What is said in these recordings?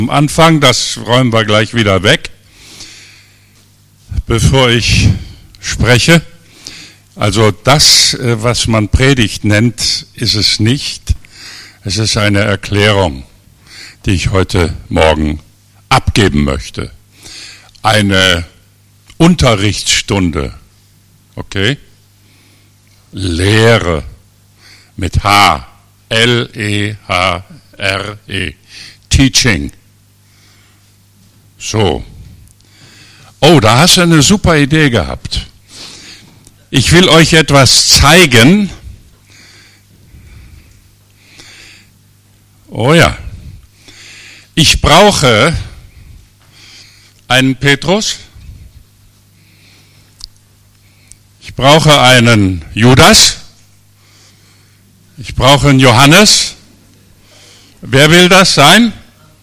Am Anfang, das räumen wir gleich wieder weg, bevor ich spreche. Also das, was man Predigt nennt, ist es nicht. Es ist eine Erklärung, die ich heute Morgen abgeben möchte. Eine Unterrichtsstunde, okay? Lehre mit H, L-E-H-R-E, Teaching. So. Oh, da hast du eine super Idee gehabt. Ich will euch etwas zeigen. Oh ja. Ich brauche einen Petrus. Ich brauche einen Judas. Ich brauche einen Johannes. Wer will das sein?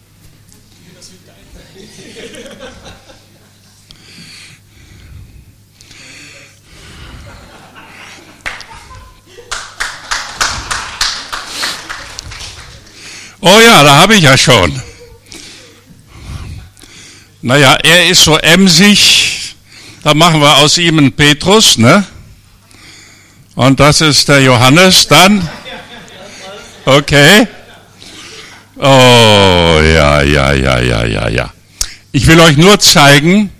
Oh ja, da habe ich ja schon. Naja, er ist so emsig, da machen wir aus ihm einen Petrus, ne? Und das ist der Johannes dann. Okay. Oh, ja. Ich will euch nur zeigen,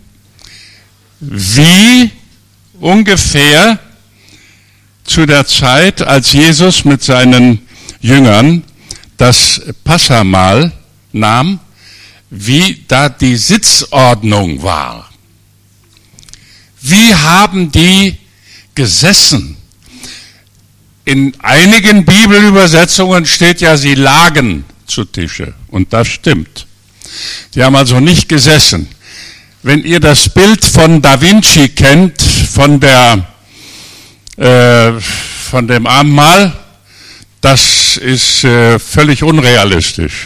wie ungefähr zu der Zeit, als Jesus mit seinen Jüngern das Passamahl nahm, wie da die Sitzordnung war. Wie haben die gesessen? In einigen Bibelübersetzungen steht ja, sie lagen zu Tische. Und das stimmt. Sie haben also nicht gesessen. Wenn ihr das Bild von Da Vinci kennt, von dem Abendmahl, das ist völlig unrealistisch.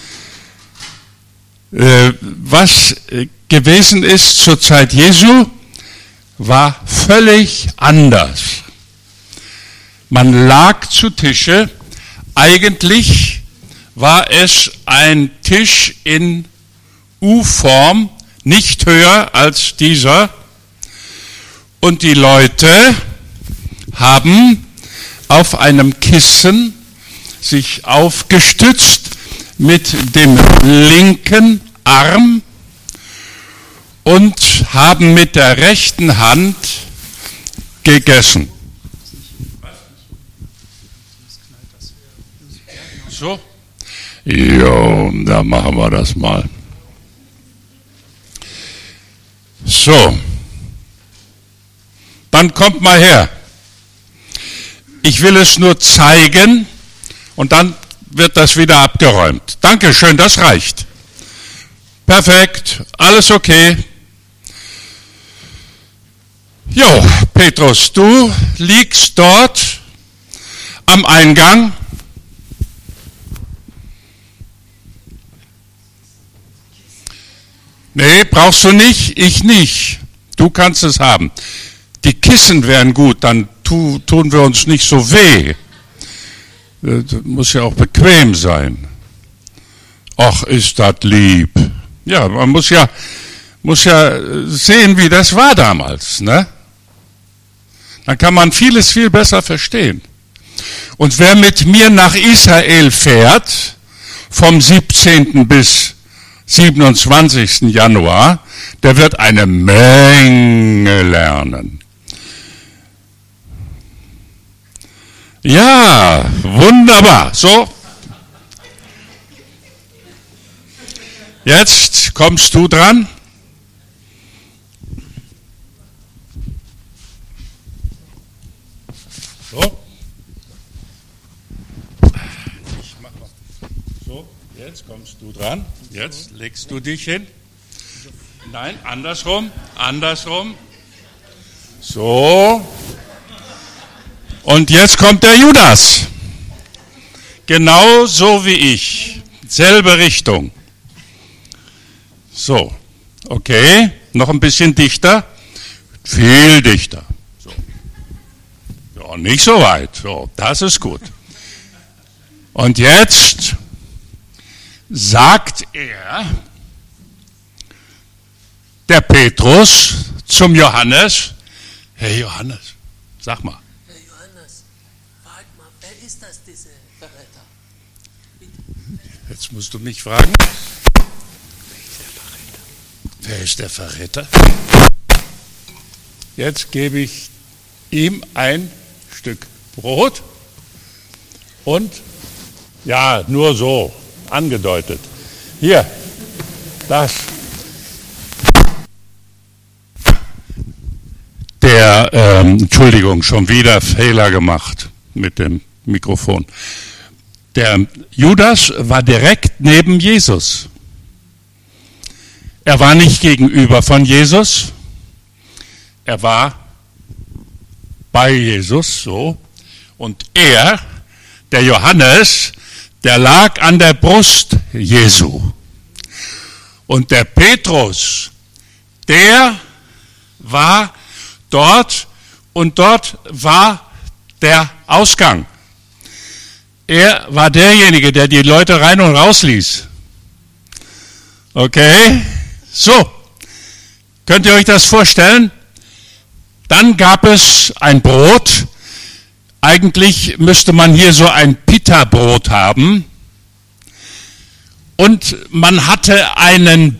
Was gewesen ist zur Zeit Jesu, war völlig anders. Man lag zu Tische. Eigentlich war es ein Tisch in U-Form, nicht höher als dieser. Und die Leute haben auf einem Kissen sich aufgestützt mit dem linken Arm und haben mit der rechten Hand gegessen. So? Jo, da machen wir das mal. So. Dann kommt mal her. Ich will es nur zeigen und dann wird das wieder abgeräumt. Dankeschön, das reicht. Perfekt, alles okay. Jo, Petrus, du liegst dort am Eingang. Nee, brauchst du nicht, ich nicht. Du kannst es haben. Die Kissen wären gut, dann tun wir uns nicht so weh. Das muss ja auch bequem sein. Ach, ist das lieb. Ja, man muss ja sehen, wie das war damals, ne? Dann kann man vieles viel besser verstehen. Und wer mit mir nach Israel fährt, vom 17. bis 27. Januar, der wird eine Menge lernen. Ja, wunderbar. So. Jetzt kommst du dran. So. Ich mach mal. So, jetzt kommst du dran. Jetzt legst du dich hin. Nein, andersrum. So. Und jetzt kommt der Judas. Genau so wie ich. Selbe Richtung. So. Okay. Noch ein bisschen dichter. Viel dichter. So. Ja, nicht so weit. So, das ist gut. Und jetzt sagt er, der Petrus zum Johannes, hey Johannes, sag mal. Herr Johannes, frag mal, wer ist das, diese Verräter? Bitte. Jetzt musst du mich fragen. Wer ist der Verräter? Jetzt gebe ich ihm ein Stück Brot und, ja, nur so, angedeutet. Hier, das. Entschuldigung, schon wieder Fehler gemacht mit dem Mikrofon. Der Judas war direkt neben Jesus. Er war nicht gegenüber von Jesus, er war bei Jesus, so. Und er, der Johannes, der lag an der Brust Jesu. Und der Petrus, der war dort und dort war der Ausgang. Er war derjenige, der die Leute rein und raus ließ. Okay? So. Könnt ihr euch das vorstellen? Dann gab es ein Brot. Eigentlich müsste man hier so ein Pita-Brot haben. Und man hatte einen,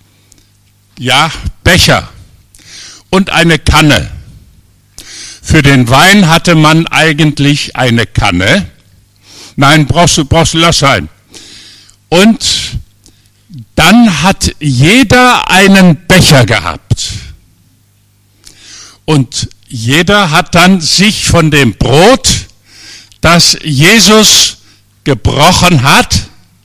Becher und eine Kanne. Für den Wein hatte man eigentlich eine Kanne. Nein, brauchst du, lass sein. Und dann hat jeder einen Becher gehabt. Und jeder hat dann sich von dem Brot, das Jesus gebrochen hat,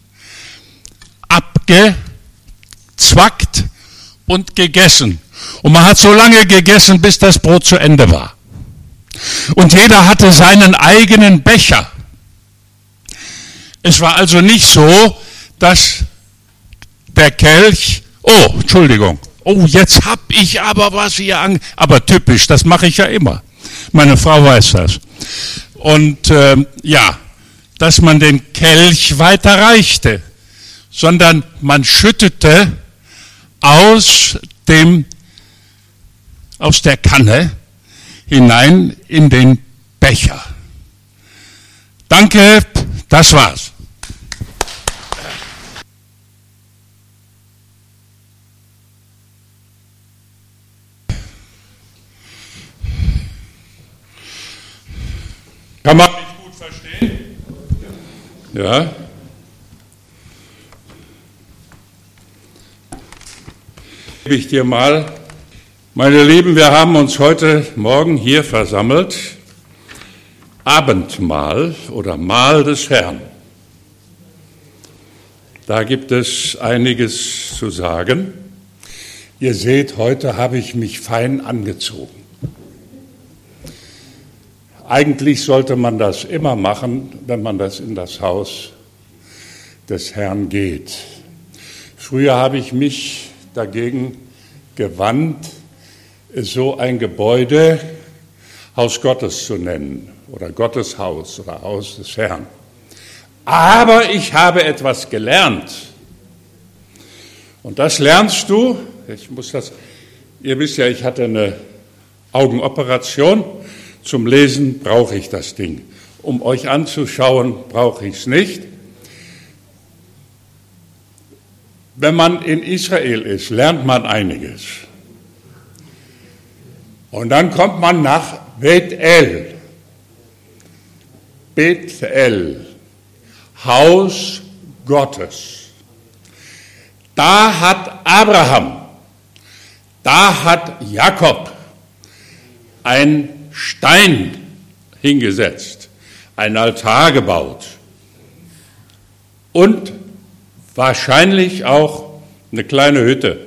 abgezwackt und gegessen. Und man hat so lange gegessen, bis das Brot zu Ende war. Und jeder hatte seinen eigenen Becher. Es war also nicht so, dass der Kelch, jetzt hab ich aber was hier aber typisch, das mache ich ja immer. Meine Frau weiß das. Und dass man den Kelch weiterreichte, sondern man schüttete aus der Kanne hinein in den Becher. Danke, das war's. Kann man mich gut verstehen? Ja. Gebe ich dir mal. Meine Lieben, wir haben uns heute Morgen hier versammelt. Abendmahl oder Mahl des Herrn. Da gibt es einiges zu sagen. Ihr seht, heute habe ich mich fein angezogen. Eigentlich sollte man das immer machen, wenn man das in das Haus des Herrn geht. Früher habe ich mich dagegen gewandt, so ein Gebäude Haus Gottes zu nennen oder Gotteshaus oder Haus des Herrn. Aber ich habe etwas gelernt. Und das lernst du, ihr wisst ja, ich hatte eine Augenoperation. Zum Lesen brauche ich das Ding. Um euch anzuschauen, brauche ich es nicht. Wenn man in Israel ist, lernt man einiges. Und dann kommt man nach Bethel. Bethel, Haus Gottes. Da hat Abraham, da hat Jakob ein Stein hingesetzt, ein Altar gebaut und wahrscheinlich auch eine kleine Hütte.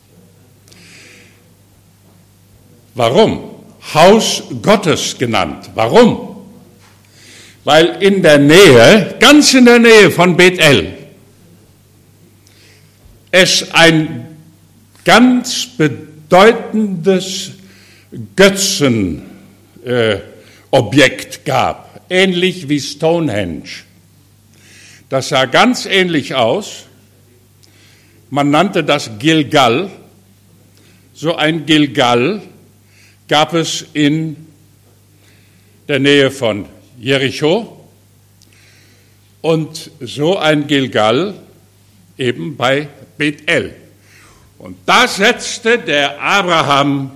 Warum? Haus Gottes genannt. Warum? Weil in der Nähe, ganz in der Nähe von Bethel, es ein ganz bedeutendes Götzenobjekt gab, ähnlich wie Stonehenge. Das sah ganz ähnlich aus, Man nannte das Gilgal. So ein Gilgal gab es in der Nähe von Jericho und so ein Gilgal eben bei Bethel. Und da setzte der Abraham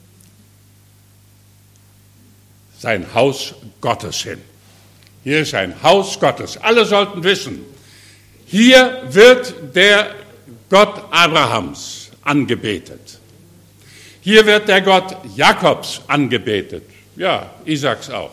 sein Haus Gottes hin. Hier ist ein Haus Gottes. Alle sollten wissen, hier wird der Gott Abrahams angebetet. Hier wird der Gott Jakobs angebetet. Ja, Isaaks auch.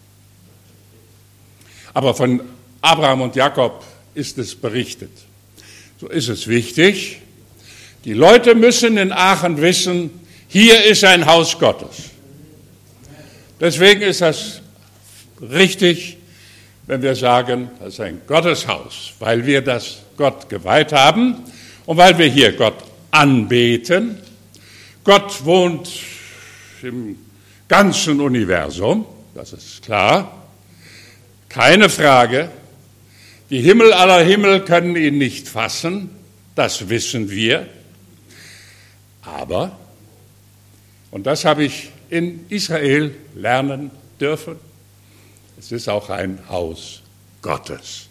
Aber von Abraham und Jakob ist es berichtet. So ist es wichtig. Die Leute müssen in Aachen wissen, hier ist ein Haus Gottes. Deswegen ist das richtig, wenn wir sagen, das ist ein Gotteshaus, weil wir das Gott geweiht haben und weil wir hier Gott anbeten. Gott wohnt im ganzen Universum, das ist klar, keine Frage. Die Himmel aller Himmel können ihn nicht fassen, das wissen wir. Aber, und das habe ich in Israel lernen dürfen, es ist auch ein Haus Gottes.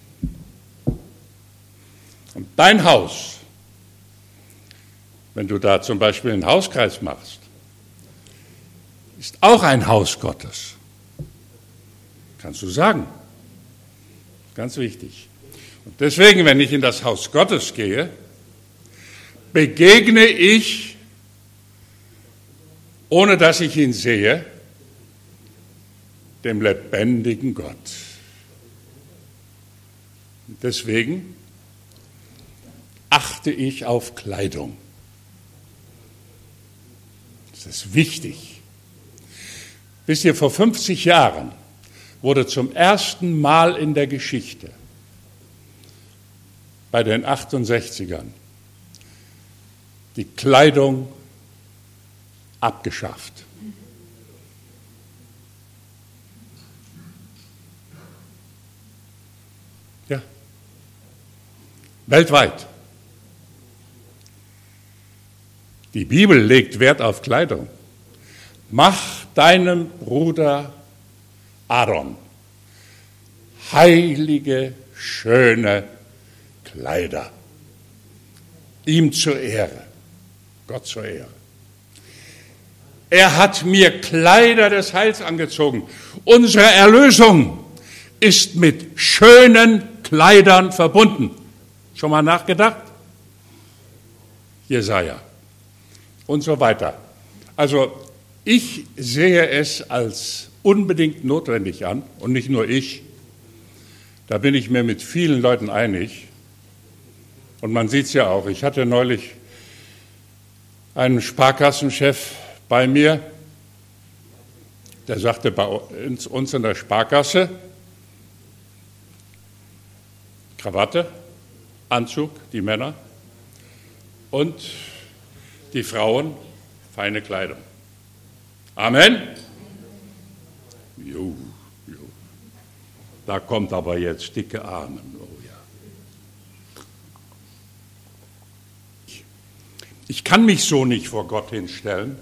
Und dein Haus, wenn du da zum Beispiel einen Hauskreis machst, ist auch ein Haus Gottes. Kannst du sagen. Ganz wichtig. Und deswegen, wenn ich in das Haus Gottes gehe, begegne ich, ohne dass ich ihn sehe, dem lebendigen Gott. Und deswegen achte ich auf Kleidung. Das ist wichtig. Wisst ihr, vor 50 Jahren wurde zum ersten Mal in der Geschichte bei den 68ern die Kleidung abgeschafft. Ja, weltweit. Die Bibel legt Wert auf Kleidung. Mach deinem Bruder Aaron heilige, schöne Kleider. Ihm zur Ehre, Gott zur Ehre. Er hat mir Kleider des Heils angezogen. Unsere Erlösung ist mit schönen Kleidern verbunden. Schon mal nachgedacht? Jesaja. Und so weiter. Also ich sehe es als unbedingt notwendig an, und nicht nur ich, da bin ich mir mit vielen Leuten einig. Und man sieht es ja auch, ich hatte neulich einen Sparkassenchef bei mir, der sagte bei uns in der Sparkasse, Krawatte, Anzug, die Männer, und die Frauen, feine Kleidung. Amen? Jo. Da kommt aber jetzt dicke Amen. Oh ja. Ich kann mich so nicht vor Gott hinstellen.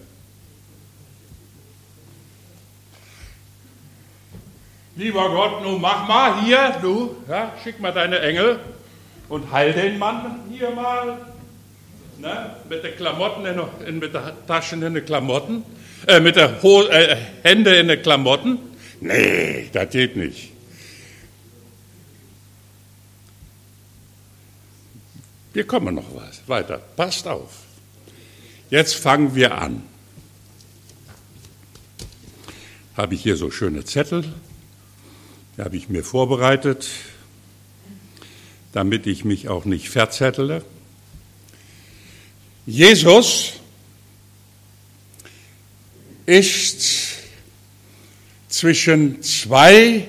Lieber Gott, nun mach mal hier, du, ja, schick mal deine Engel und heil den Mann hier mal. Ne, mit den Klamotten, mit der Taschen in den Klamotten, mit der Hände in den Klamotten. Nee, das geht nicht. Wir kommen noch weiter. Passt auf. Jetzt fangen wir an. Habe ich hier so schöne Zettel, die habe ich mir vorbereitet, damit ich mich auch nicht verzettele. Jesus ist zwischen zwei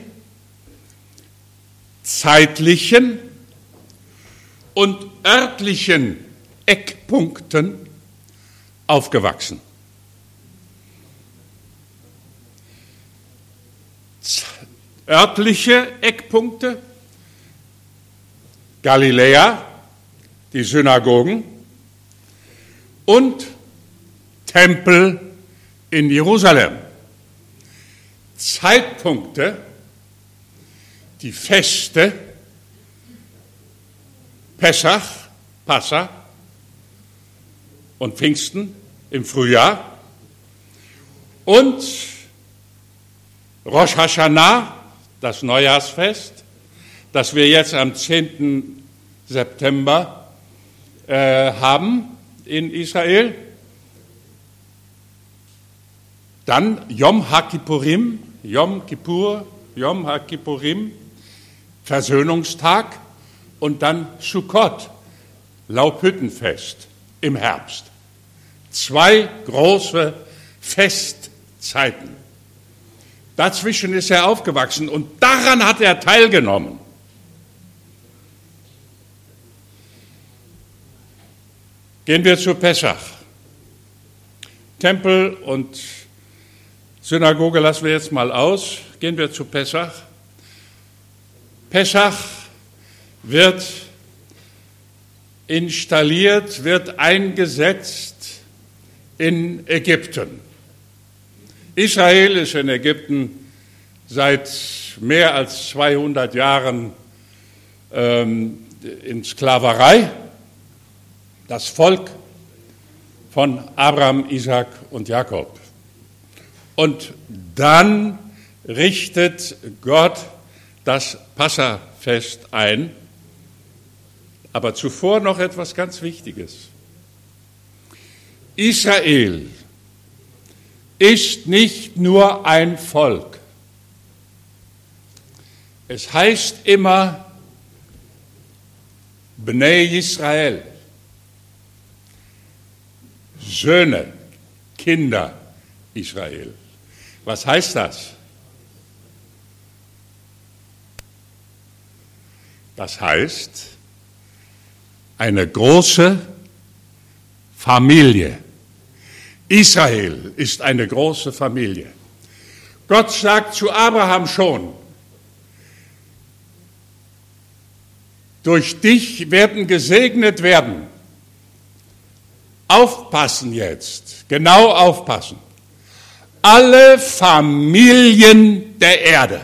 zeitlichen und örtlichen Eckpunkten aufgewachsen. Örtliche Eckpunkte: Galiläa, die Synagogen und Tempel in Jerusalem. Zeitpunkte, die Feste, Pessach, Passa und Pfingsten im Frühjahr und Rosh Hashanah, das Neujahrsfest, das wir jetzt am 10. September haben in Israel. Dann Yom HaKippurim, Yom Kippur, Yom HaKippurim, Versöhnungstag und dann Sukkot, Laubhüttenfest im Herbst. 2 große Festzeiten. Dazwischen ist er aufgewachsen und daran hat er teilgenommen. Gehen wir zu Pessach. Tempel und Synagoge lassen wir jetzt mal aus. Gehen wir zu Pessach. Pessach wird installiert, wird eingesetzt in Ägypten. Israel ist in Ägypten seit mehr als 200 Jahren in Sklaverei. Das Volk von Abraham, Isaak und Jakob. Und dann richtet Gott das Passafest ein. Aber zuvor noch etwas ganz Wichtiges. Israel ist nicht nur ein Volk. Es heißt immer Bnei Israel, Söhne, Kinder Israel. Was heißt das? Das heißt, eine große Familie. Israel ist eine große Familie. Gott sagt zu Abraham schon, durch dich werden gesegnet werden. Aufpassen jetzt, genau aufpassen. Alle Familien der Erde.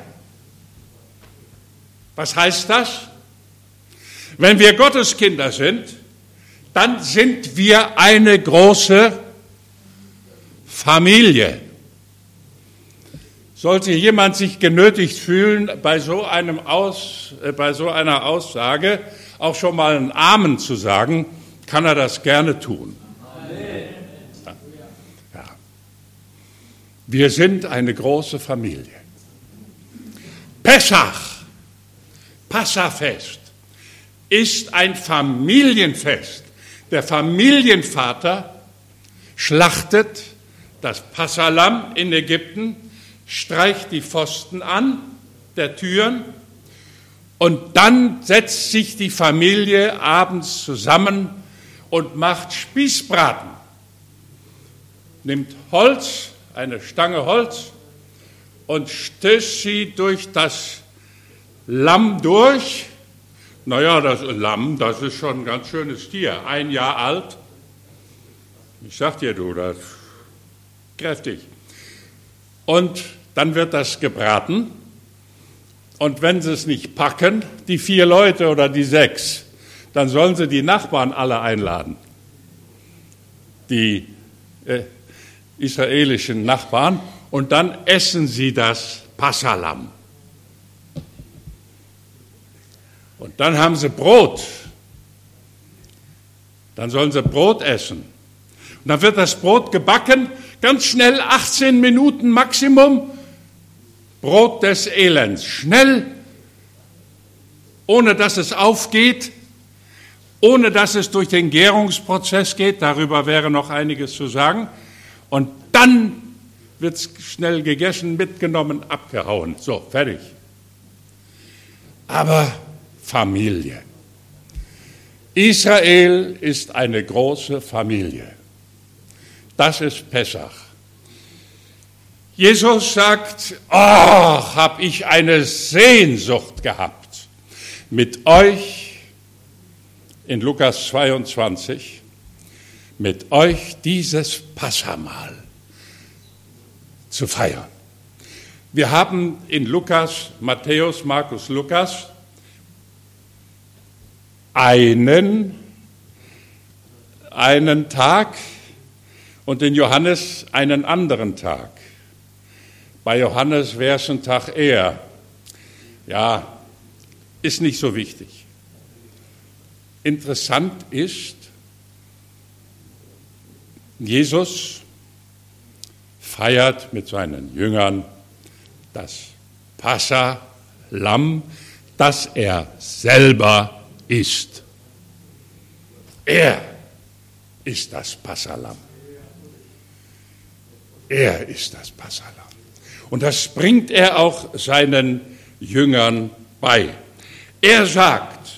Was heißt das? Wenn wir Gottes Kinder sind, dann sind wir eine große Familie. Sollte jemand sich genötigt fühlen, bei so einer Aussage auch schon mal einen Amen zu sagen, kann er das gerne tun. Ja. Wir sind eine große Familie. Pessach, Passafest, ist ein Familienfest. Der Familienvater schlachtet das Passalamm in Ägypten, streicht die Pfosten an der Türen und dann setzt sich die Familie abends zusammen und macht Spießbraten. Nimmt Holz, eine Stange Holz und stößt sie durch das Lamm durch. Naja, das Lamm, das ist schon ein ganz schönes Tier, 1 Jahr alt. Ich sag dir, du, das ist kräftig. Und dann wird das gebraten. Und wenn sie es nicht packen, die 4 Leute oder die 6, dann sollen sie die Nachbarn alle einladen. Die israelischen Nachbarn. Und dann essen sie das Passalamm. Und dann haben sie Brot. Dann sollen sie Brot essen. Und dann wird das Brot gebacken, ganz schnell, 18 Minuten Maximum. Brot des Elends. Schnell, ohne dass es aufgeht, ohne dass es durch den Gärungsprozess geht. Darüber wäre noch einiges zu sagen. Und dann wird es schnell gegessen, mitgenommen, abgehauen. So, fertig. Aber Familie. Israel ist eine große Familie. Das ist Pessach. Jesus sagt, hab ich eine Sehnsucht gehabt, mit euch in Lukas 22, mit euch dieses Passamahl zu feiern. Wir haben in Lukas, Matthäus, Markus, Lukas einen Tag und in Johannes einen anderen Tag. Bei Johannes wäre es ein Tag eher. Ja, ist nicht so wichtig. Interessant ist, Jesus feiert mit seinen Jüngern das Passa-Lamm, das er selber ist. Er ist das Passa-Lamm. Er ist das Passa-Lamm. Und das bringt er auch seinen Jüngern bei. Er sagt,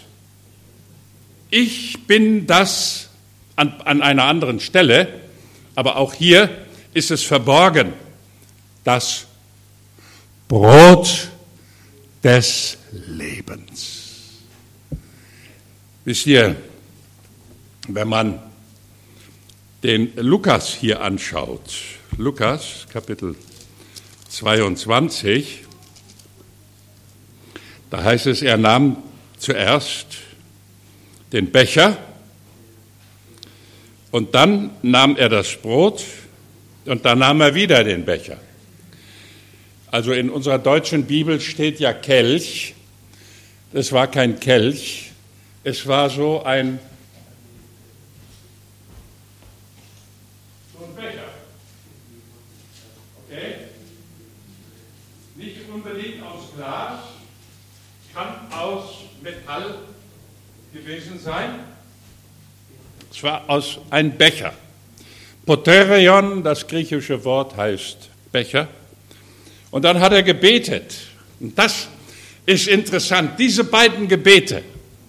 ich bin das an einer anderen Stelle, aber auch hier ist es verborgen, das Brot des Lebens. Wisst ihr, wenn man den Lukas hier anschaut, Lukas Kapitel 22, da heißt es, er nahm zuerst den Becher und dann nahm er das Brot und dann nahm er wieder den Becher. Also in unserer deutschen Bibel steht ja Kelch. Das war kein Kelch, es war so ein Becher. Okay? Nicht unbedingt aus Glas, kann aus Metall gewesen sein. Es war aus einem Becher. Poterion, das griechische Wort heißt Becher. Und dann hat er gebetet. Und das ist interessant, diese beiden Gebete.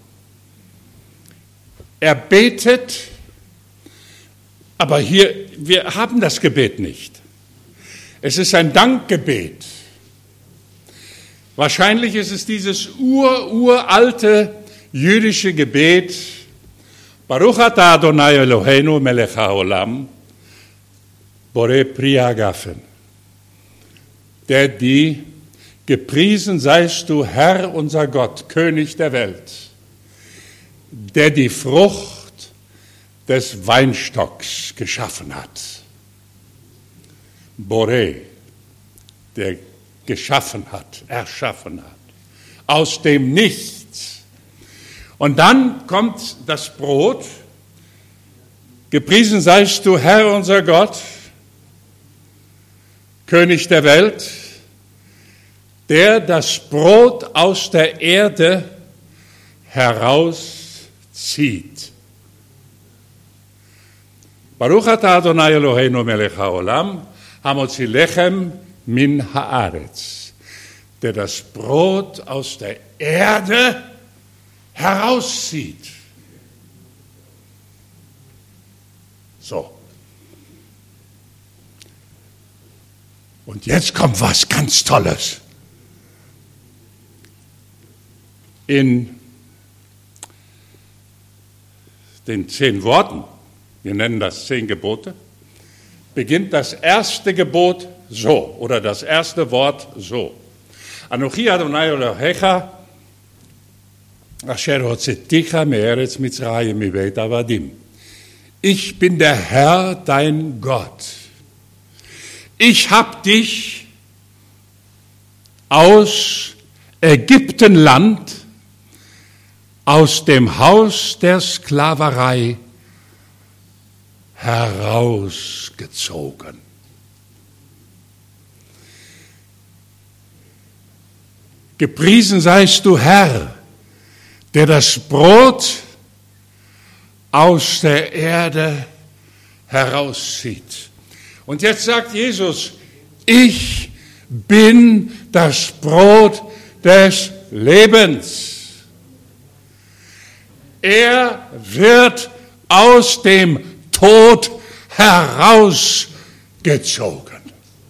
Er betet, aber hier, wir haben das Gebet nicht. Es ist ein Dankgebet. Wahrscheinlich ist es dieses uralte jüdische Gebet, Baruch atah Adonai Eloheinu melech haolam, borei pri hagafen. Der die, gepriesen seist du, Herr unser Gott, König der Welt, der die Frucht des Weinstocks geschaffen hat. Borei, der geschaffen hat, erschaffen hat, aus dem Nichts. Und dann kommt das Brot, gepriesen seist du, Herr unser Gott, König der Welt, der das Brot aus der Erde herauszieht. Baruch atah Adonai Eloheinu melech haolam, hamotzi lechem min haaretz, der das Brot aus der Erde herauszieht. So. Und jetzt kommt was ganz Tolles. In den 10 Worten, wir nennen das 10 Gebote, beginnt das erste Gebot so, oder das erste Wort so. Anochi Adonai Elohecha, asher hotzeticha me'eretz Mitzrayim mibeit avadim. Ich bin der Herr, dein Gott. Ich habe dich aus Ägyptenland, aus dem Haus der Sklaverei herausgezogen. Gepriesen seist du, Herr, der das Brot aus der Erde herauszieht. Und jetzt sagt Jesus, ich bin das Brot des Lebens. Er wird aus dem Tod herausgezogen.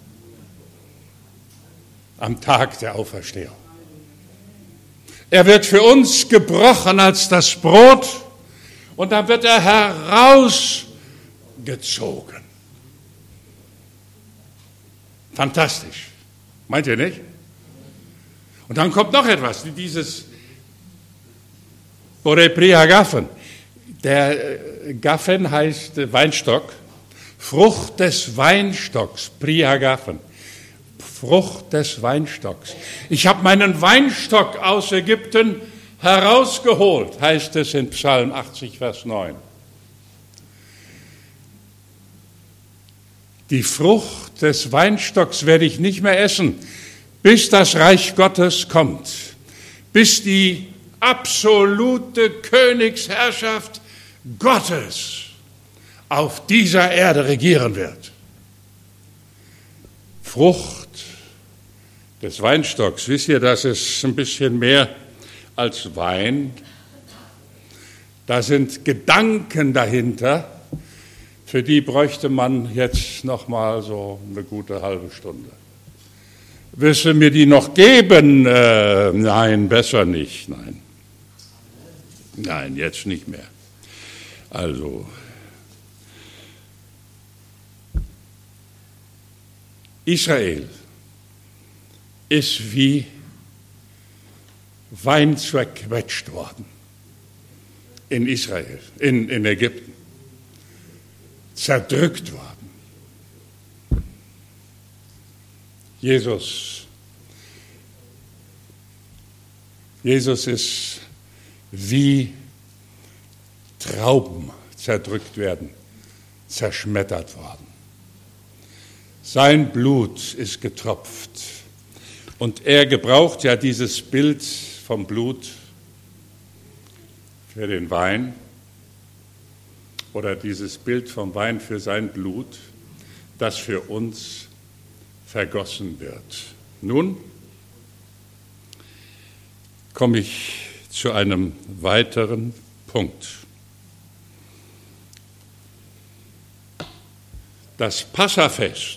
Am Tag der Auferstehung. Er wird für uns gebrochen als das Brot, Und dann wird er herausgezogen. Fantastisch. Meint ihr nicht? Und dann kommt noch etwas, dieses Priagafen. Der Gaffen heißt Weinstock. Frucht des Weinstocks, Priagafen. Frucht des Weinstocks. Ich habe meinen Weinstock aus Ägypten herausgeholt, heißt es in Psalm 80, Vers 9. Die Frucht des Weinstocks werde ich nicht mehr essen, bis das Reich Gottes kommt, bis die absolute Königsherrschaft Gottes auf dieser Erde regieren wird. Frucht des Weinstocks. Wisst ihr, das ist ein bisschen mehr als Wein. Da sind Gedanken dahinter, für die bräuchte man jetzt noch mal so eine gute halbe Stunde. Willst du mir die noch geben? Nein, besser nicht. Nein, jetzt nicht mehr. Also, Israel ist wie Wein zerquetscht worden in Israel, in Ägypten, zerdrückt worden. Jesus ist wie Trauben zerdrückt werden, zerschmettert worden. Sein Blut ist getropft. Und er gebraucht ja dieses Bild vom Blut für den Wein oder dieses Bild vom Wein für sein Blut, das für uns vergossen wird. Nun komme ich zu einem weiteren Punkt. Das Passafest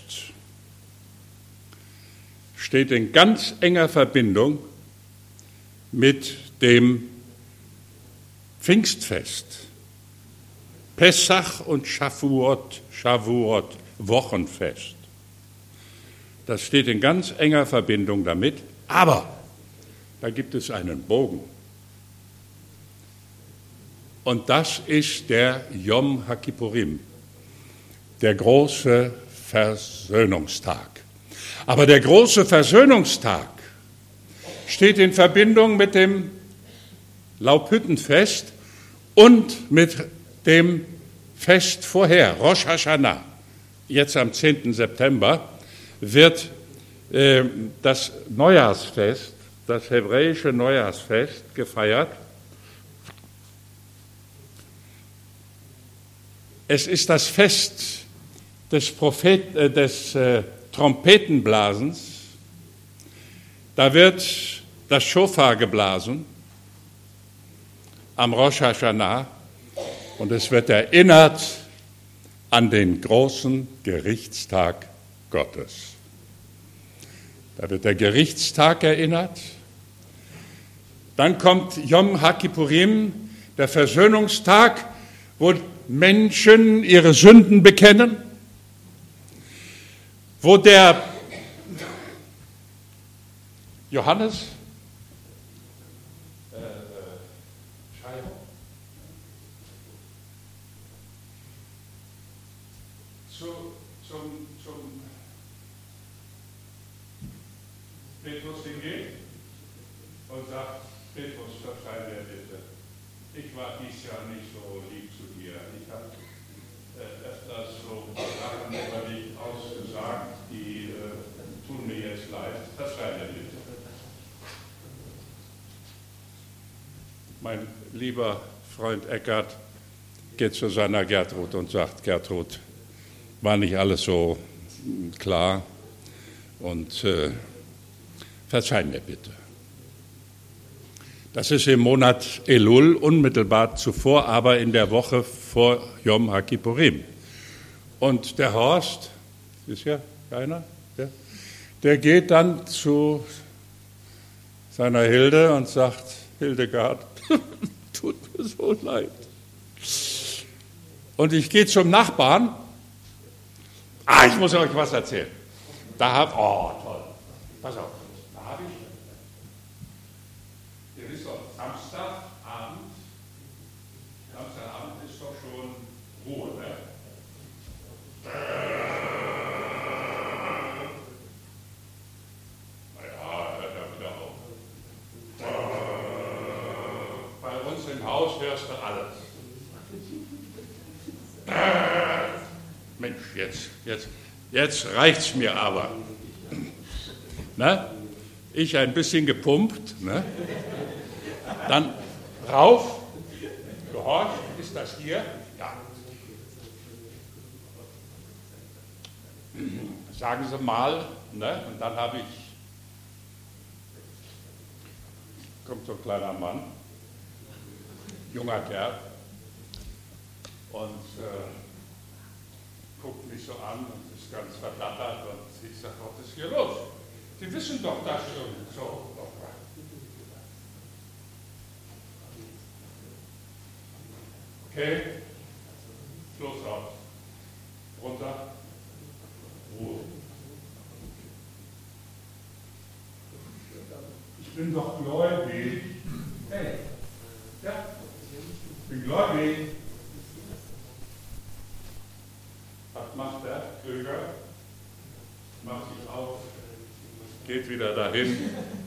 steht in ganz enger Verbindung mit dem Pfingstfest. Pessach und Shavuot, Wochenfest. Das steht in ganz enger Verbindung damit, aber da gibt es einen Bogen. Und das ist der Yom HaKippurim, der große Versöhnungstag. Aber der große Versöhnungstag steht in Verbindung mit dem Laubhüttenfest und mit dem Fest vorher, Rosh Hashanah. Jetzt am 10. September wird das Neujahrsfest, das hebräische Neujahrsfest gefeiert. Es ist das Fest des Trompetenblasens. Da wird das Schofar geblasen am Rosh Hashanah und es wird erinnert an den großen Gerichtstag Gottes. Da wird der Gerichtstag erinnert. Dann kommt Yom HaKippurim, der Versöhnungstag, wo Menschen ihre Sünden bekennen, wo der Johannes zum Petrus hingeht und sagt, Petrus, verzeih mir bitte, ich war dies Jahr nicht so lieb zu dir, ich habe öfters so Sachen über dich ausgesagt, die tun mir jetzt leid, verzeih mir bitte. Mein lieber Freund Eckart geht zu seiner Gertrud und sagt, Gertrud, war nicht alles so klar und verzeih mir bitte. Das ist im Monat Elul, unmittelbar zuvor, aber in der Woche vor Yom HaKippurim. Und der Horst, ist ja keiner, der geht dann zu seiner Hilde und sagt, Hildegard, tut mir so leid. Und ich gehe zum Nachbarn. Ich muss euch was erzählen. Toll. Pass auf. Da habe ich, ihr wisst doch, Samstagabend ist doch schon Ruhe, ne? Naja, hört ja wieder auf. Bei uns im Haus hörst du alles. Mensch, jetzt reicht's mir aber. Ne? Ich ein bisschen gepumpt, ne? Dann rauf, gehorcht, ist das hier? Ja. Sagen Sie mal, ne? Und dann kommt so ein kleiner Mann, junger Kerl, und guckt mich so an und ist ganz verdattert und ich sage, was ist hier los? Sie wissen doch das schon. So. Okay, Schluss raus. Runter, Ruhe. Ich bin doch gläubig. Hey, ja, ich bin gläubig. Was macht der Krüger? Macht sich auf, geht wieder dahin,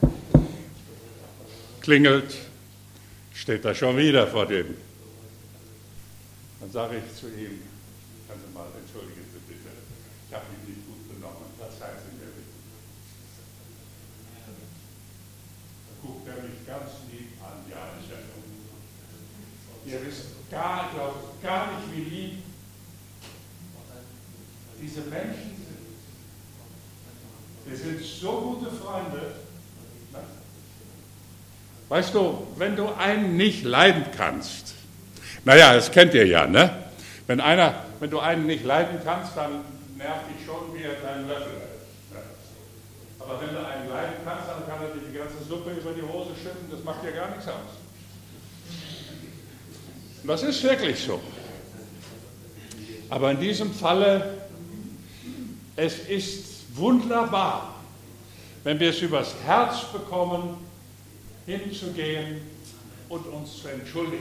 klingelt, steht da schon wieder vor dem. Dann sage ich zu ihm, können Sie mal, entschuldigen Sie bitte, ich habe mich nicht gut benommen, verzeihen Sie mir bitte. Da guckt er mich ganz lieb an, ja, ist ja so. Ihr wisst gar nicht, wie lieb diese Menschen sind. Wir sind so gute Freunde. Weißt du, wenn du einen nicht leiden kannst, naja, das kennt ihr ja, ne? Wenn du einen nicht leiden kannst, dann nervt dich schon, wie er deinen Löffel hält. Aber wenn du einen leiden kannst, dann kann er dir die ganze Suppe über die Hose schütten, das macht dir gar nichts aus. Und das ist wirklich so. Aber in diesem Falle, es ist wunderbar, wenn wir es übers Herz bekommen, hinzugehen und uns zu entschuldigen.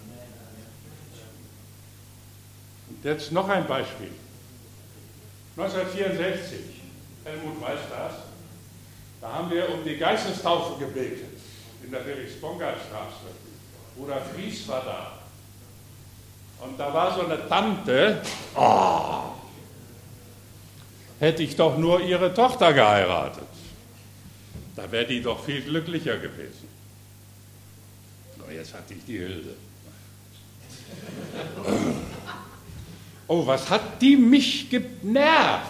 Und jetzt noch ein Beispiel. 1964, Helmut weiß das, da haben wir um die Geistestaufe gebetet, in der Felix-Bongard-Straße. Bruder Fries war da. Und da war so eine Tante, hätte ich doch nur ihre Tochter geheiratet. Da wäre die doch viel glücklicher gewesen. So, jetzt hatte ich die Hilde. Oh, was hat die mich genervt?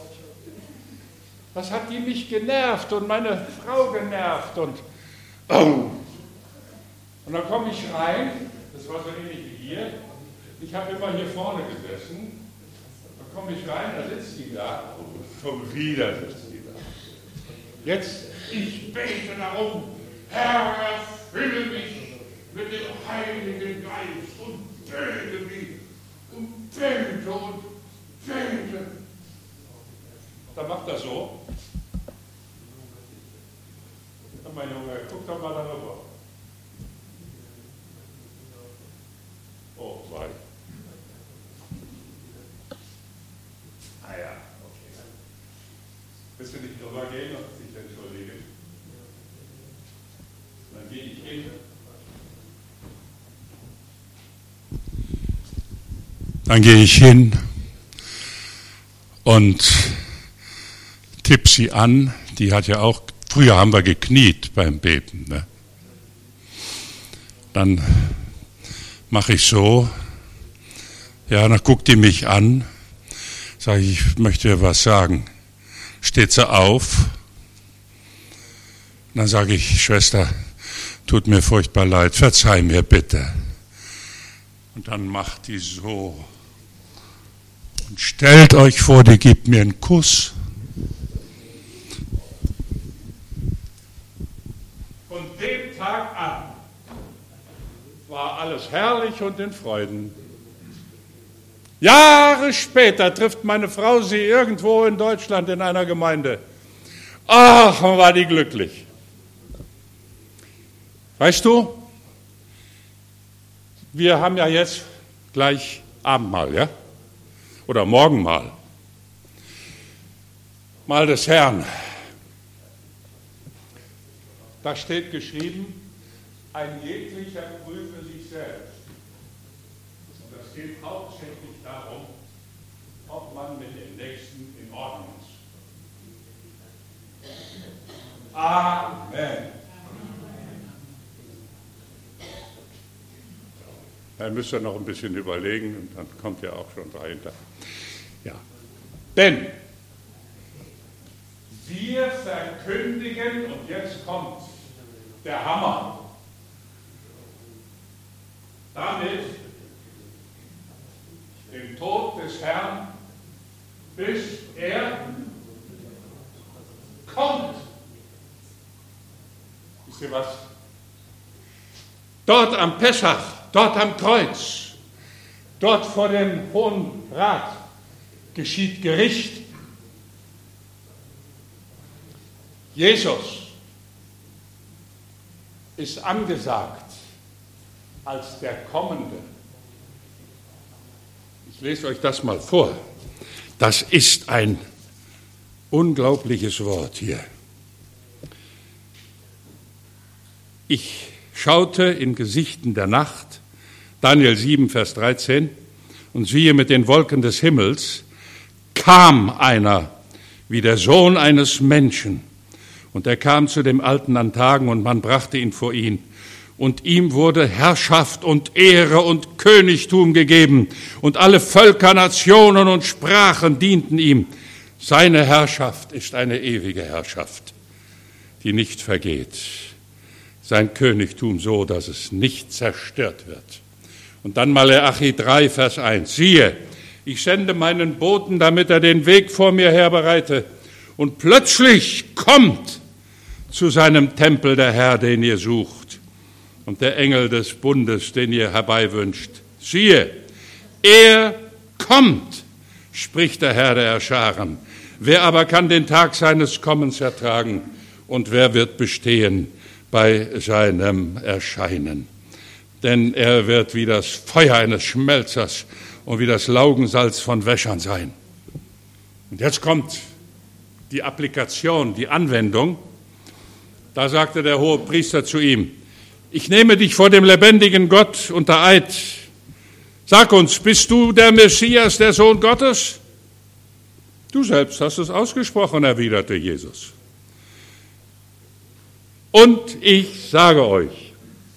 Was hat die mich genervt und meine Frau genervt? Und dann komme ich rein, das war so ähnlich wie hier. Ich habe immer hier vorne gesessen. Dann komme ich rein, da sitzt die da. Schon wieder sitzt die da. Jetzt, ich bete darum, Herr, erfülle mich mit dem Heiligen Geist und bete mich und bete und bete. Dann macht er so. Ja, mein Junge, guck doch mal darüber. Oh, zwei. Ah ja, okay. Willst du nicht drüber gehen und sich entschuldigen? Dann gehe ich hin. Dann gehe ich hin und tipp sie an. Die hat ja auch, früher haben wir gekniet beim Beten. Ne? Dann mache ich so. Ja, dann guckt die mich an. Sage ich möchte dir was sagen. Steht sie auf. Dann sage ich, Schwester, tut mir furchtbar leid, verzeih mir bitte. Und dann macht die so. Und stellt euch vor, die gibt mir einen Kuss. Von dem Tag an war alles herrlich und in Freuden. Jahre später trifft meine Frau sie irgendwo in Deutschland in einer Gemeinde. Ach, war die glücklich. Weißt du, wir haben ja jetzt gleich Abendmahl, ja? Oder Morgenmahl. Mahl des Herrn. Da steht geschrieben, ein jeglicher prüfe sich selbst. Und das geht hauptsächlich darum, ob man mit dem Nächsten in Ordnung ist. Amen. Dann müsst ihr noch ein bisschen überlegen und dann kommt ihr auch schon dahinter. Ja. Denn wir verkündigen, und jetzt kommt der Hammer, damit den Tod des Herrn, bis er kommt. Wisst ihr was? Dort am Pessach, dort am Kreuz, dort vor dem Hohen Rat geschieht Gericht. Jesus ist angesagt als der Kommende. Ich lese euch das mal vor. Das ist ein unglaubliches Wort hier. Ich schaute in Gesichten der Nacht, Daniel 7, Vers 13, und siehe, mit den Wolken des Himmels kam einer wie der Sohn eines Menschen. Und er kam zu dem Alten an Tagen, und man brachte ihn vor ihn. Und ihm wurde Herrschaft und Ehre und Königtum gegeben. Und alle Völker, Nationen und Sprachen dienten ihm. Seine Herrschaft ist eine ewige Herrschaft, die nicht vergeht. Sein Königtum so, dass es nicht zerstört wird. Und dann Maleachi 3, Vers 1. Siehe, ich sende meinen Boten, damit er den Weg vor mir her bereite. Und plötzlich kommt zu seinem Tempel der Herr, den ihr sucht, und der Engel des Bundes, den ihr herbeiwünscht. Siehe, er kommt, spricht der Herr der Herrscharen. Wer aber kann den Tag seines Kommens ertragen, und wer wird bestehen bei seinem Erscheinen? Denn er wird wie das Feuer eines Schmelzers und wie das Laugensalz von Wäschern sein. Und jetzt kommt die Applikation, die Anwendung. Da sagte der hohe Priester zu ihm, ich nehme dich vor dem lebendigen Gott unter Eid. Sag uns, bist du der Messias, der Sohn Gottes? Du selbst hast es ausgesprochen, erwiderte Jesus. Und ich sage euch,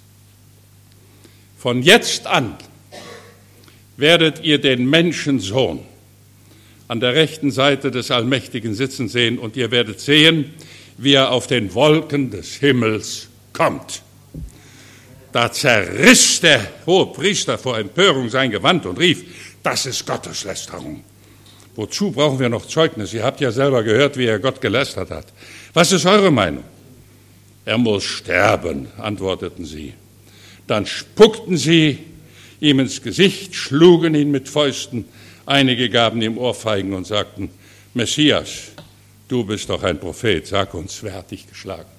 von jetzt an werdet ihr den Menschensohn an der rechten Seite des Allmächtigen sitzen sehen, und ihr werdet sehen, wie er auf den Wolken des Himmels kommt. Da zerriss der Hohepriester vor Empörung sein Gewand und rief, das ist Gotteslästerung. Wozu brauchen wir noch Zeugnis? Ihr habt ja selber gehört, wie er Gott gelästert hat. Was ist eure Meinung? Er muss sterben, antworteten sie. Dann spuckten sie ihm ins Gesicht, schlugen ihn mit Fäusten. Einige gaben ihm Ohrfeigen und sagten, Messias, du bist doch ein Prophet, sag uns, wer hat dich geschlagen?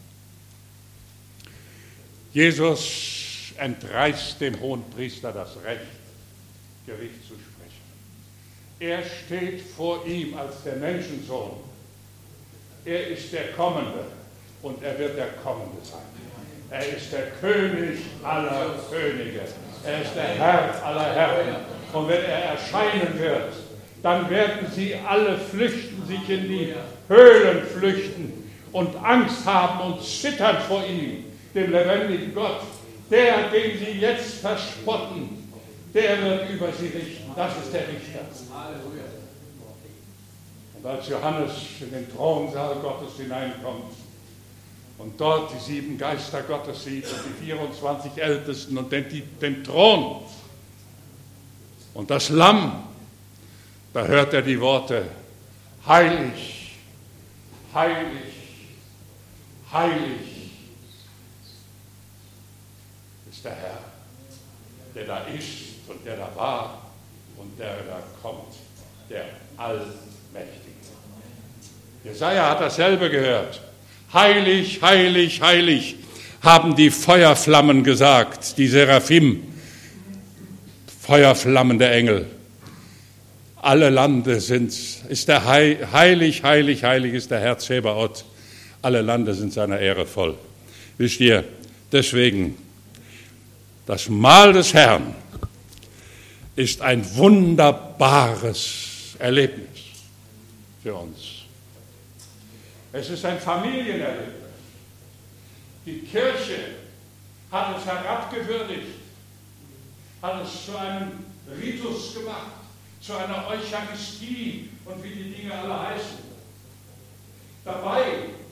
Jesus entreißt dem Hohenpriester das Recht, Gericht zu sprechen. Er steht vor ihm als der Menschensohn. Er ist der Kommende und er wird der Kommende sein. Er ist der König aller Könige. Er ist der Herr aller Herren. Und wenn er erscheinen wird, dann werden sie alle flüchten, sich in die Höhlen flüchten und Angst haben und zittern vor ihm, dem lebendigen Gott. Der, den sie jetzt verspotten, der wird über sie richten. Das ist der Richter. Und als Johannes in den Thronsaal Gottes hineinkommt und dort die 7 Geister Gottes sieht und die 24 Ältesten und den Thron und das Lamm, da hört er die Worte, heilig, heilig, heilig ist der Herr, der da ist und der da war und der da kommt, der Allmächtige. Jesaja hat dasselbe gehört. Heilig, heilig, heilig, haben die Feuerflammen gesagt, die Seraphim, Feuerflammen der Engel. Alle Lande ist der heilig, heilig, heilig ist der Herr Zebaoth. Alle Lande sind seiner Ehre voll. Wisst ihr, deswegen, das Mahl des Herrn ist ein wunderbares Erlebnis für uns. Es ist ein Familienerlebnis. Die Kirche hat es herabgewürdigt, hat es zu einem Ritus gemacht, zu einer Eucharistie und wie die Dinge alle heißen. Dabei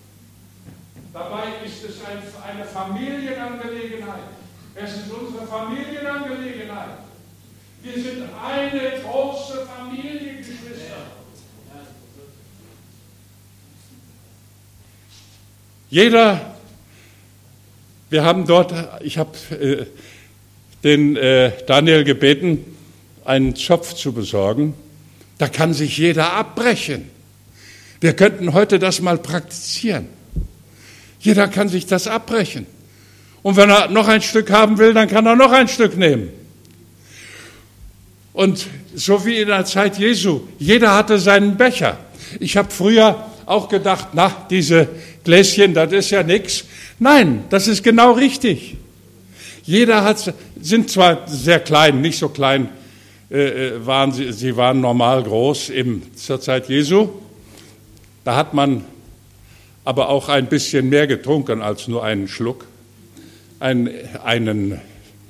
ist es eine Familienangelegenheit. Es ist unsere Familienangelegenheit. Wir sind eine große Familie, Geschwister. Wir haben dort, ich habe den Daniel gebeten, einen Zopf zu besorgen. Da kann sich jeder abbrechen. Wir könnten heute das mal praktizieren. Jeder kann sich das abbrechen. Und wenn er noch ein Stück haben will, dann kann er noch ein Stück nehmen. Und so wie in der Zeit Jesu, jeder hatte seinen Becher. Ich habe früher auch gedacht, na, diese Gläschen, das ist ja nichts. Nein, das ist genau richtig. Jeder sind zwar sehr klein, nicht so klein waren sie waren normal groß zur Zeit Jesu. Da hat man aber auch ein bisschen mehr getrunken als nur einen Schluck. Wie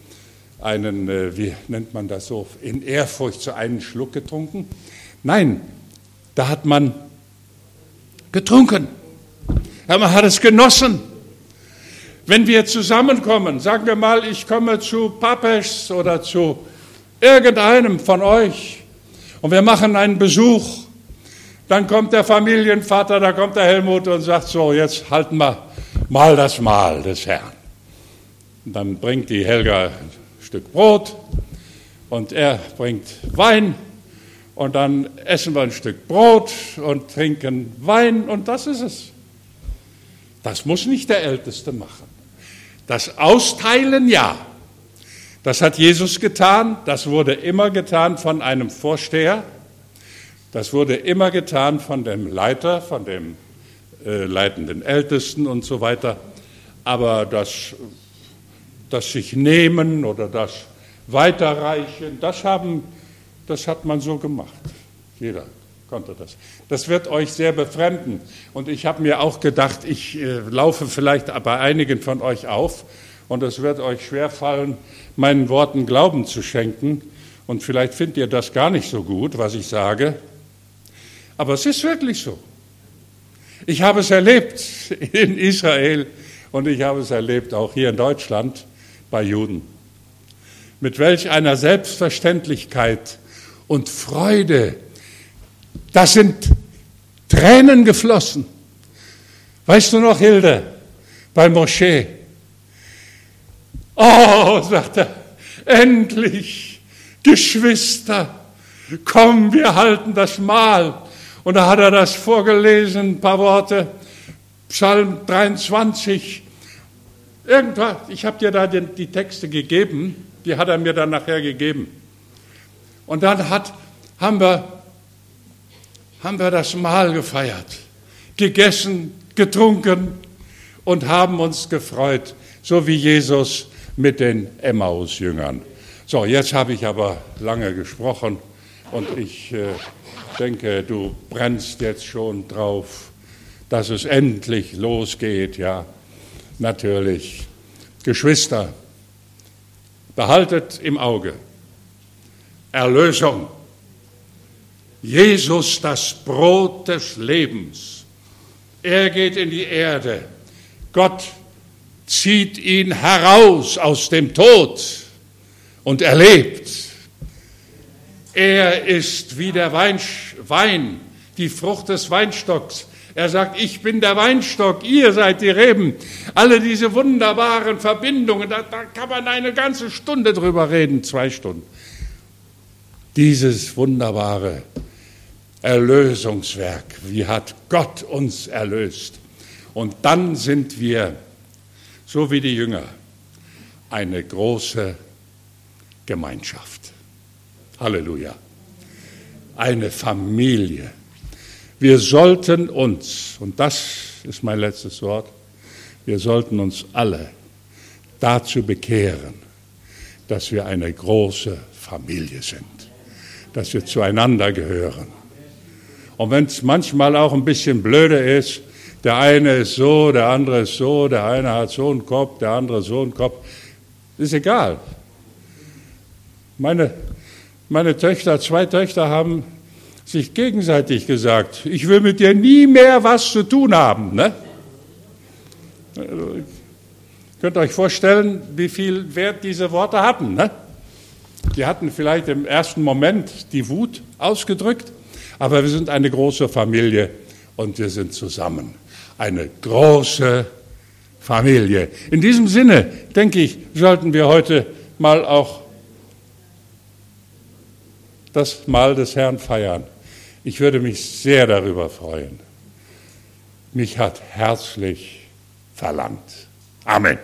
nennt man das so, in Ehrfurcht so einen Schluck getrunken? Nein, da hat man getrunken. Ja, man hat es genossen. Wenn wir zusammenkommen, sagen wir mal, ich komme zu Papesch oder zu irgendeinem von euch und wir machen einen Besuch, dann kommt der Familienvater, da kommt der Helmut und sagt so, jetzt halten wir mal das Mahl des Herrn. Und dann bringt die Helga ein Stück Brot und er bringt Wein und dann essen wir ein Stück Brot und trinken Wein und das ist es. Das muss nicht der Älteste machen. Das Austeilen, ja. Das hat Jesus getan, das wurde immer getan von einem Vorsteher, das wurde immer getan von dem Leiter, von dem leitenden Ältesten und so weiter. Aber das sich nehmen oder das Weiterreichen, das hat man so gemacht. Jeder konnte das. Das wird euch sehr befremden. Und ich habe mir auch gedacht, ich laufe vielleicht bei einigen von euch auf und es wird euch schwerfallen, meinen Worten Glauben zu schenken. Und vielleicht findet ihr das gar nicht so gut, was ich sage. Aber es ist wirklich so. Ich habe es erlebt in Israel und ich habe es erlebt auch hier in Deutschland bei Juden. Mit welch einer Selbstverständlichkeit und Freude. Da sind Tränen geflossen. Weißt du noch, Hilde, bei Moschee? Oh, sagt er, endlich, Geschwister, komm, wir halten das Mahl. Und da hat er das vorgelesen, ein paar Worte, Psalm 23. Irgendwas, ich habe dir da die Texte gegeben, die hat er mir dann nachher gegeben. Und dann haben wir das Mahl gefeiert, gegessen, getrunken und haben uns gefreut, so wie Jesus mit den Emmaus-Jüngern. So, jetzt habe ich aber lange gesprochen und ich denke, du brennst jetzt schon drauf, dass es endlich losgeht, ja, natürlich. Geschwister, behaltet im Auge, Erlösung, Jesus, das Brot des Lebens. Er geht in die Erde. Gott zieht ihn heraus aus dem Tod und er lebt. Er ist wie der Wein, die Frucht des Weinstocks. Er sagt, ich bin der Weinstock, ihr seid die Reben. Alle diese wunderbaren Verbindungen, da kann man eine ganze Stunde drüber reden, 2 Stunden. dieses wunderbare Erlösungswerk. Wie hat Gott uns erlöst? Und dann sind wir, so wie die Jünger, eine große Gemeinschaft. Halleluja. Eine Familie. Wir sollten uns, und das ist mein letztes Wort, wir sollten uns alle dazu bekehren, dass wir eine große Familie sind, dass wir zueinander gehören. Und wenn es manchmal auch ein bisschen blöde ist, der eine ist so, der andere ist so, der eine hat so einen Kopf, der andere so einen Kopf, ist egal. Meine Töchter, 2 Töchter haben sich gegenseitig gesagt, ich will mit dir nie mehr was zu tun haben. Ne? Ihr könnt euch vorstellen, wie viel Wert diese Worte hatten. Ne? Die hatten vielleicht im ersten Moment die Wut ausgedrückt, aber wir sind eine große Familie und wir sind zusammen. Eine große Familie. In diesem Sinne, denke ich, sollten wir heute mal auch das Mahl des Herrn feiern. Ich würde mich sehr darüber freuen. Mich hat herzlich verlangt. Amen.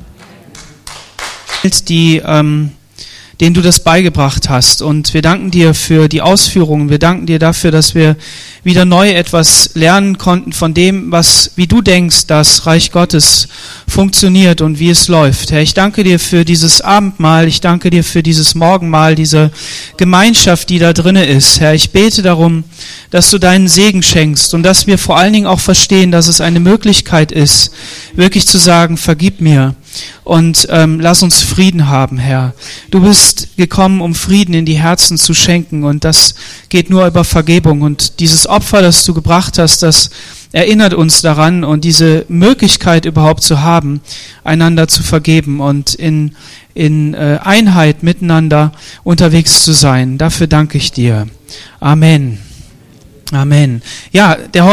Den du das beigebracht hast. Und wir danken dir für die Ausführungen. Wir danken dir dafür, dass wir wieder neu etwas lernen konnten von dem, wie du denkst, das Reich Gottes funktioniert und wie es läuft. Herr, ich danke dir für dieses Abendmahl. Ich danke dir für dieses Morgenmahl, diese Gemeinschaft, die da drinne ist. Herr, ich bete darum, dass du deinen Segen schenkst und dass wir vor allen Dingen auch verstehen, dass es eine Möglichkeit ist, wirklich zu sagen, vergib mir. Und lass uns Frieden haben, Herr. Du bist gekommen, um Frieden in die Herzen zu schenken und das geht nur über Vergebung. Und dieses Opfer, das du gebracht hast, das erinnert uns daran und diese Möglichkeit überhaupt zu haben, einander zu vergeben und in Einheit miteinander unterwegs zu sein. Dafür danke ich dir. Amen. Amen. Ja, der